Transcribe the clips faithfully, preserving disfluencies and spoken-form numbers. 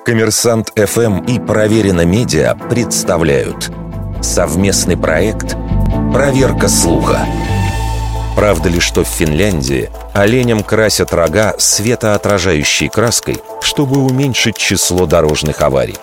Коммерсант эф эм и Проверено Медиа представляют совместный проект «Проверка слуха». Правда ли, что в Финляндии оленям красят рога светоотражающей краской, чтобы уменьшить число дорожных аварий?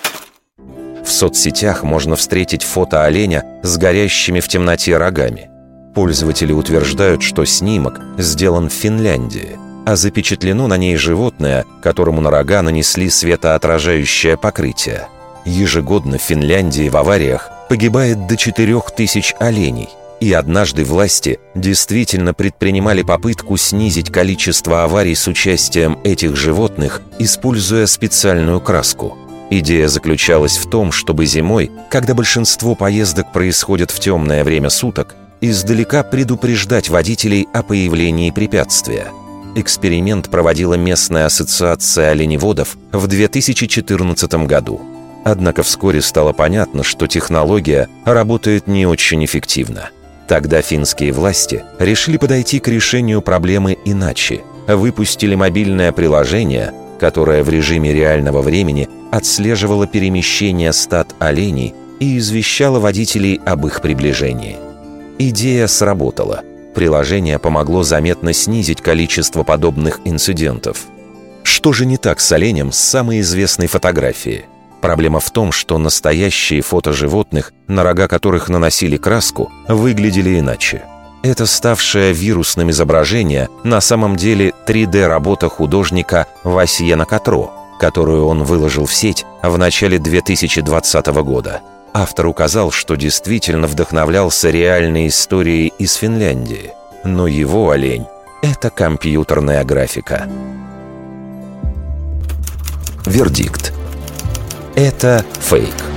В соцсетях можно встретить фото оленя с горящими в темноте рогами. Пользователи утверждают, что снимок сделан в Финляндии, а запечатлено на ней животное, которому на рога нанесли светоотражающее покрытие. Ежегодно в Финляндии в авариях погибает до четырех тысяч оленей, и однажды власти действительно предпринимали попытку снизить количество аварий с участием этих животных, используя специальную краску. Идея заключалась в том, чтобы зимой, когда большинство поездок происходит в темное время суток, издалека предупреждать водителей о появлении препятствия. Эксперимент проводила местная ассоциация оленеводов в две тысячи четырнадцатом году. Однако вскоре стало понятно, что технология работает не очень эффективно. Тогда финские власти решили подойти к решению проблемы иначе. Выпустили мобильное приложение, которое в режиме реального времени отслеживало перемещение стад оленей и извещало водителей об их приближении. Идея сработала. Приложение помогло заметно снизить количество подобных инцидентов. Что же не так с оленем с самой известной фотографии? Проблема в том, что настоящие фото животных, на рога которых наносили краску, выглядели иначе. Это ставшее вирусным изображение на самом деле три дэ-работа художника Васьена Катро, которую он выложил в сеть в начале две тысячи двадцатого года. Автор указал, что действительно вдохновлялся реальной историей из Финляндии, но его олень – это компьютерная графика. Вердикт. Это фейк.